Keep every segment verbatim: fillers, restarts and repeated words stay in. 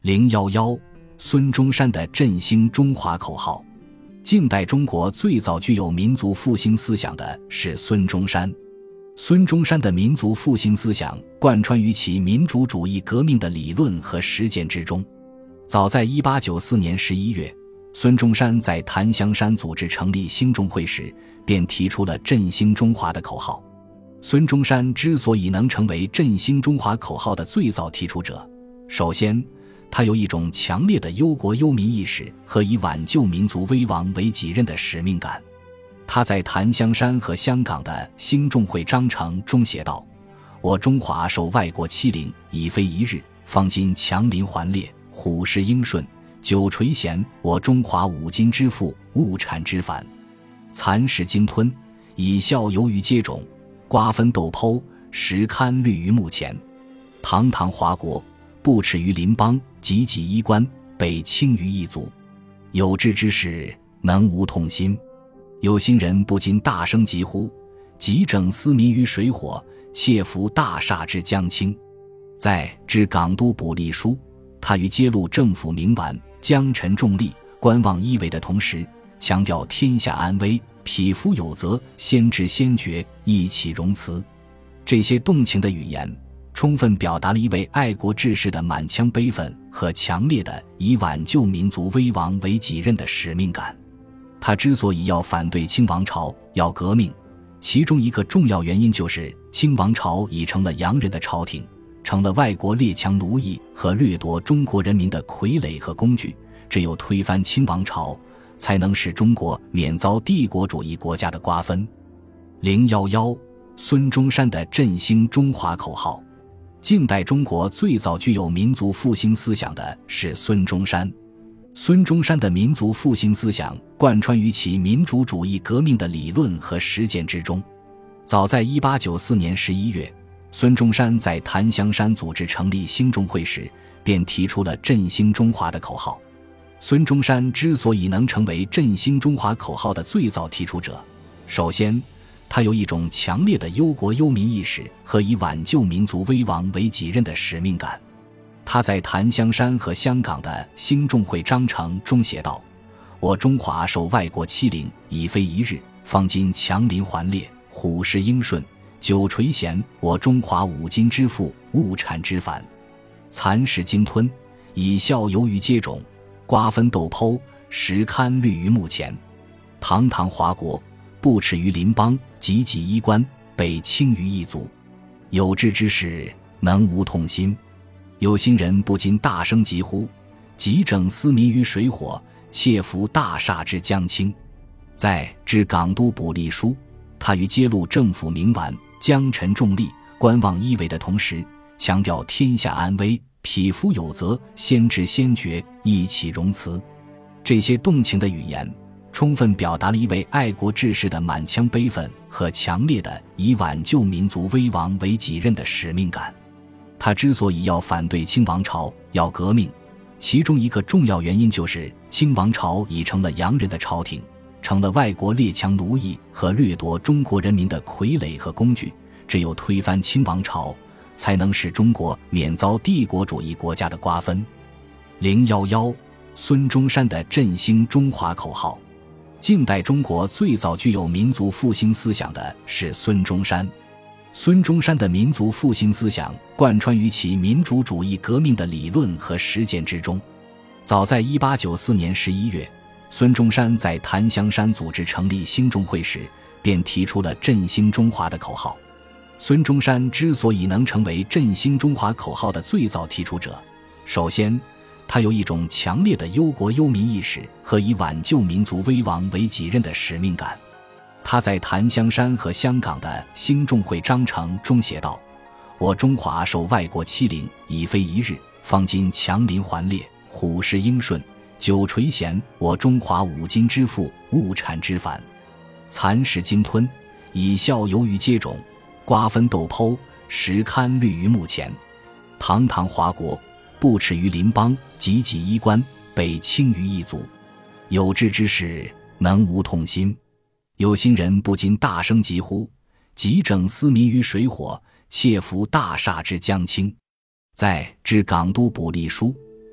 零一一孙中山的振兴中华口号。近代中国最早具有民族复兴思想的是孙中山。孙中山的民族复兴思想贯穿于其民主主义革命的理论和实践之中。早在一八九四年十一月，孙中山在檀香山组织成立兴中会时，便提出了振兴中华的口号。孙中山之所以能成为振兴中华口号的最早提出者，首先他有一种强烈的忧国忧民意识和以挽救民族危亡为己任的使命感。他在檀香山和香港的兴中会章程中写道：我中华受外国欺凌已非一日，方今强邻环列，虎视英顺，久垂涎我中华五金之富，物产之繁，蚕食鲸吞，以效游于街种，瓜分豆剖，实堪虑于目前。堂堂华国，不耻于邻邦，汲汲衣冠，被轻于一族。有志之士，能无痛心？有心人不禁大声疾呼：急整思民于水火，切服大厦之将倾。在致港督补立书，他于揭露政府明顽、将臣重利、观望依为的同时，强调天下安危，匹夫有责，先知先觉，意气容辞。这些动情的语言充分表达了一位爱国志士的满腔悲愤和强烈的以挽救民族危亡为己任的使命感。他之所以要反对清王朝，要革命，其中一个重要原因就是清王朝已成了洋人的朝廷，成了外国列强奴役和掠夺中国人民的傀儡和工具。只有推翻清王朝，才能使中国免遭帝国主义国家的瓜分。零一一孙中山的振兴中华口号。近代中国最早具有民族复兴思想的是孙中山。孙中山的民族复兴思想贯穿于其民主主义革命的理论和实践之中。早在一八九四年十一月，孙中山在檀香山组织成立兴中会时，便提出了振兴中华的口号。孙中山之所以能成为振兴中华口号的最早提出者，首先他有一种强烈的忧国忧民意识和以挽救民族危亡为己任的使命感。他在檀香山和香港的兴中会章程中写道：我中华受外国欺凌已非一日，方今强邻环列，虎视英顺，久垂涎我中华五金之富，物产之繁，蚕食鲸吞，以效游于街种，瓜分豆剖，实堪虑于目前。堂堂华国，不耻于邻邦，汲汲衣冠，被轻于一族。有志之士，能无痛心？有心人不禁大声疾呼：急整思民于水火，切服大厦之将倾。在致港督补立书，他于揭露政府明顽、将臣重利、观望依为的同时，强调天下安危，匹夫有责，先知先觉，意气容辞。这些动情的语言充分表达了一位爱国志士的满腔悲愤和强烈的以挽救民族危亡为己任的使命感。他之所以要反对清王朝，要革命，其中一个重要原因就是清王朝已成了洋人的朝廷，成了外国列强奴役和掠夺中国人民的傀儡和工具。只有推翻清王朝，才能使中国免遭帝国主义国家的瓜分。零一一孙中山的振兴中华口号。近代中国最早具有民族复兴思想的是孙中山。孙中山的民族复兴思想贯穿于其民主主义革命的理论和实践之中。早在一八九四年十一月，孙中山在檀香山组织成立兴中会时，便提出了振兴中华的口号。孙中山之所以能成为振兴中华口号的最早提出者，首先他有一种强烈的忧国忧民意识和以挽救民族危亡为己任的使命感。他在檀香山和香港的兴中会章程中写道：我中华受外国欺凌已非一日，方今强邻环列，虎视英顺，久垂涎我中华五金之富，物产之繁，蚕食鲸吞，以效游于街种，瓜分豆剖，实堪虑于目前。堂堂华国，不耻于邻邦，汲汲衣冠，被轻于一族。有志之士，能无痛心？有心人不禁大声疾呼：急整思民于水火，切服大厦之将倾。在致港督补立书，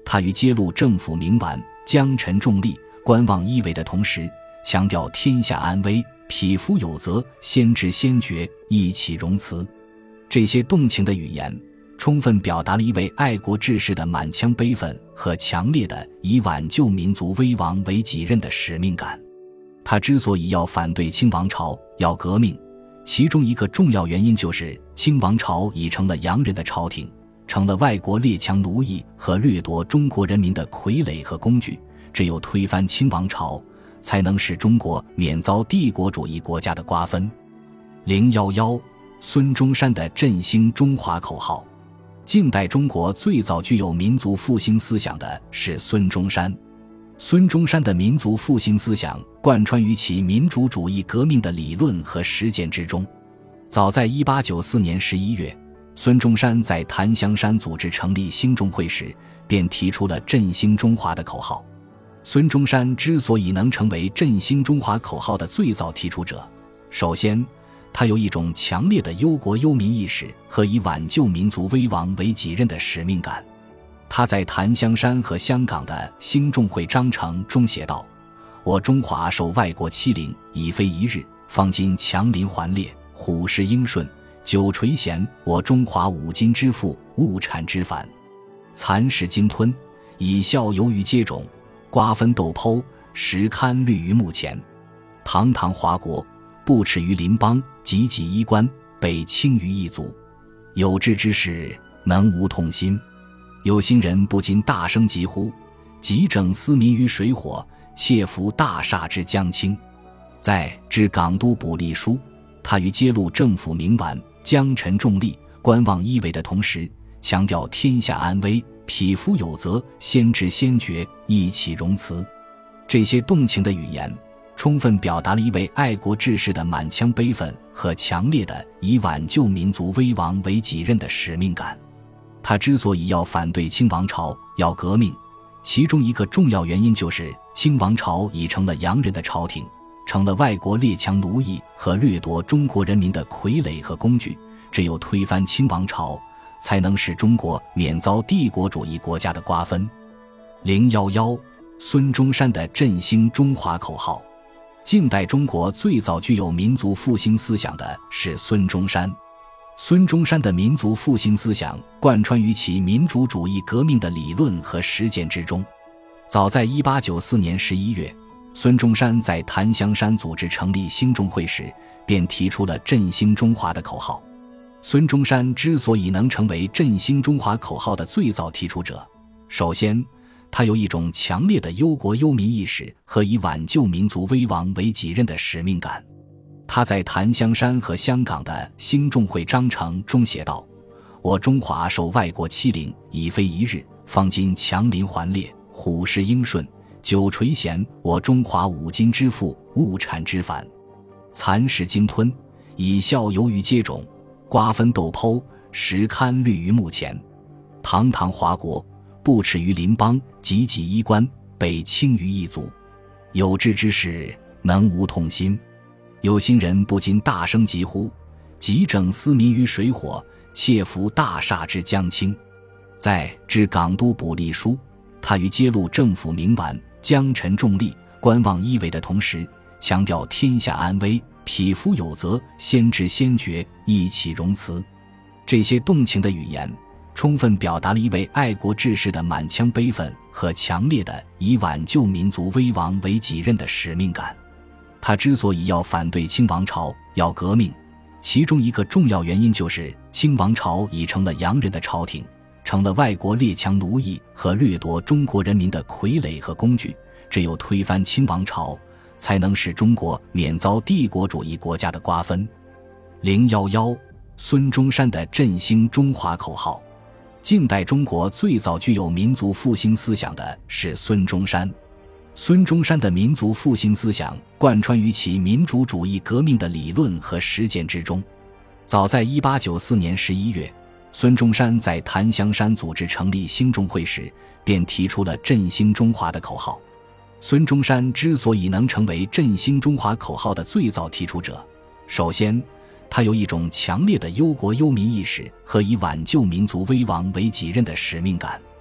他于揭露政府明顽、将臣重利、观望依为的同时，强调天下安危，匹夫有责，先知先觉，意气容辞。这些动情的语言充分表达了一位爱国志士的满腔悲愤和强烈的以挽救民族危亡为己任的使命感。他之所以要反对清王朝，要革命，其中一个重要原因就是清王朝已成了洋人的朝廷，成了外国列强奴役和掠夺中国人民的傀儡和工具，只有推翻清王朝，才能使中国免遭帝国主义国家的瓜分。零一一孙中山的振兴中华口号。近代中国最早具有民族复兴思想的是孙中山。孙中山的民族复兴思想贯穿于其民主主义革命的理论和实践之中。早在一八九四年十一月，孙中山在檀香山组织成立兴中会时，便提出了振兴中华的口号。孙中山之所以能成为振兴中华口号的最早提出者，首先他有一种强烈的忧国忧民意识和以挽救民族危亡为己任的使命感。他在檀香山和香港的兴中会章程中写道：我中华受外国欺凌，已非一日，方今强邻环列，虎视英顺，久垂涎我中华五金之富，物产之繁，蚕食鲸吞，以效游于街种，瓜分豆剖，时堪虑于目前。堂堂华国，不耻于邻邦，汲汲衣冠，被轻于一族。有志之士，能无痛心？有心人不禁大声疾呼：急整思民于水火，切服大厦之将倾。在致港督卜立书，他于揭露政府明顽、将臣重利、观望依为的同时，强调天下安危，匹夫有责，先知先觉，意气容辞。这些动情的语言充分表达了一位爱国志士的满腔悲愤和强烈的以挽救民族危亡为己任的使命感。他之所以要反对清王朝，要革命，其中一个重要原因就是清王朝已成了洋人的朝廷，成了外国列强奴役和掠夺中国人民的傀儡和工具，只有推翻清王朝，才能使中国免遭帝国主义国家的瓜分。零一一孙中山的振兴中华口号。近代中国最早具有民族复兴思想的是孙中山。孙中山的民族复兴思想贯穿于其民主主义革命的理论和实践之中。早在一八九四年十一月，孙中山在檀香山组织成立兴中会时，便提出了振兴中华的口号。孙中山之所以能成为振兴中华口号的最早提出者，首先他有一种强烈的忧国忧民意识和以挽救民族危亡为己任的使命感。他在檀香山和香港的兴中会章程中写道：我中华受外国欺凌，已非一日，方今强邻环列，虎视英顺，久垂涎我中华五金之富，物产之繁，蚕食鲸吞，以效游于街种，瓜分豆剖，时堪虑于目前。堂堂华国，不耻于邻邦，汲汲衣冠，被轻于一族。有志之士，能无痛心？有心人不禁大声疾呼：急整思民于水火，切服大厦之将倾。在致港督卜立书，他于揭露政府明顽、将臣重利、观望依为的同时，强调天下安危，匹夫有责，先知先觉，意气容辞。这些动情的语言充分表达了一位爱国志士的满腔悲愤和强烈的以挽救民族危亡为己任的使命感。他之所以要反对清王朝，要革命，其中一个重要原因就是清王朝已成了洋人的朝廷，成了外国列强奴役和掠夺中国人民的傀儡和工具，只有推翻清王朝，才能使中国免遭帝国主义国家的瓜分。零一一孙中山的振兴中华口号。近代中国最早具有民族复兴思想的是孙中山。孙中山的民族复兴思想贯穿于其民主主义革命的理论和实践之中。早在一八九四年十一月，孙中山在檀香山组织成立兴中会时，便提出了振兴中华的口号。孙中山之所以能成为振兴中华口号的最早提出者，首先他有一种强烈的忧国忧民意识和以挽救民族危亡为己任的使命感。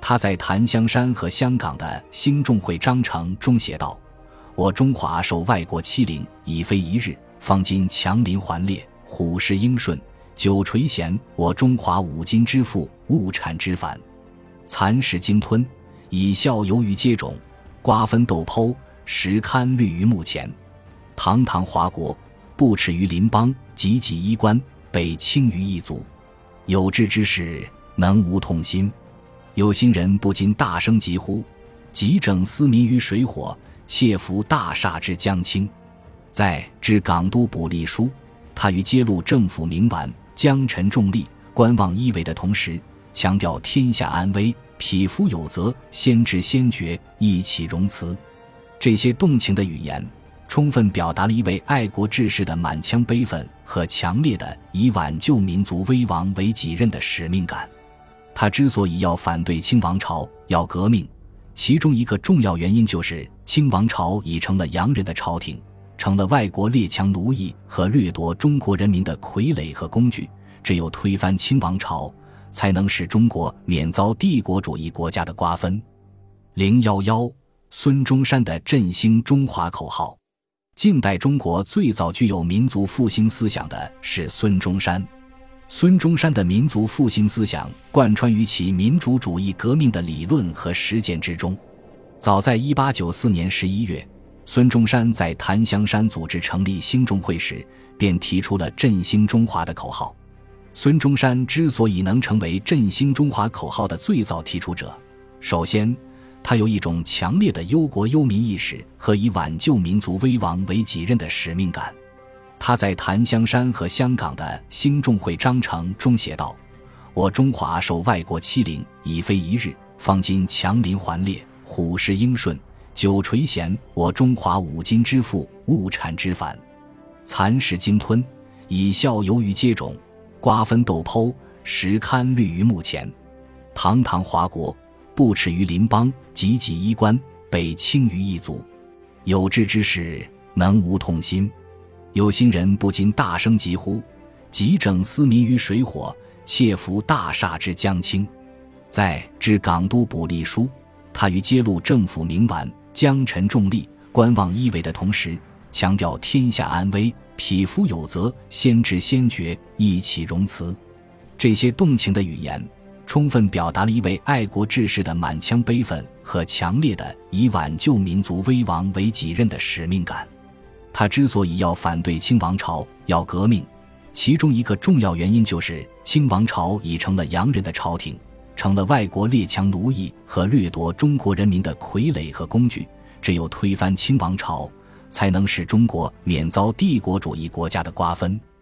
他在檀香山和香港的兴中会章程中写道：我中华受外国欺凌已非一日，方今强邻环列，虎视英顺，久垂涎我中华五金之富，物产之繁，蚕食鲸吞，以效游于街种，瓜分豆剖，实堪虑于目前。堂堂华国，不耻于邻邦，汲汲衣冠，被轻于一族。有志之士，能无痛心？有心人不禁大声疾呼：急整思民于水火，切服大厦之将倾。在《致港督补吏书》，他于揭露政府明顽、江臣重利、观望依为的同时，强调天下安危，匹夫有责，先知先觉，义气容辞。这些动情的语言充分表达了一位爱国志士的满腔悲愤和强烈的以挽救民族危亡为己任的使命感。他之所以要反对清王朝，要革命，其中一个重要原因就是清王朝已成了洋人的朝廷，成了外国列强奴役和掠夺中国人民的傀儡和工具。只有推翻清王朝，才能使中国免遭帝国主义国家的瓜分。零一一孙中山的振兴中华口号。近代中国最早具有民族复兴思想的是孙中山。孙中山的民族复兴思想贯穿于其民主主义革命的理论和实践之中。早在一八九四年十一月，孙中山在檀香山组织成立兴中会时，便提出了振兴中华的口号。孙中山之所以能成为振兴中华口号的最早提出者，首先他有一种强烈的忧国忧民意识和以挽救民族危亡为己任的使命感。他在檀香山和香港的兴中会章程中写道：我中华受外国欺凌已非一日，方今强邻环列，虎视英顺，久垂涎我中华五金之富，物产之繁，蚕食鲸吞，以效游于街种，瓜分豆剖，实堪虑于目前。堂堂华国，不耻于邻邦，汲汲衣冠，被轻于一族。有志之士，能无痛心？有心人不禁大声疾呼：急整思民于水火，切服大厦之将倾。在《致港督补吏书》，他于揭露政府明顽、江臣重利、观望依为的同时，强调天下安危，匹夫有责，先知先觉，义气容辞。这些动情的语言充分表达了一位爱国志士的满腔悲愤和强烈的以挽救民族危亡为己任的使命感。他之所以要反对清王朝，要革命，其中一个重要原因就是清王朝已成了洋人的朝廷，成了外国列强奴役和掠夺中国人民的傀儡和工具。只有推翻清王朝，才能使中国免遭帝国主义国家的瓜分。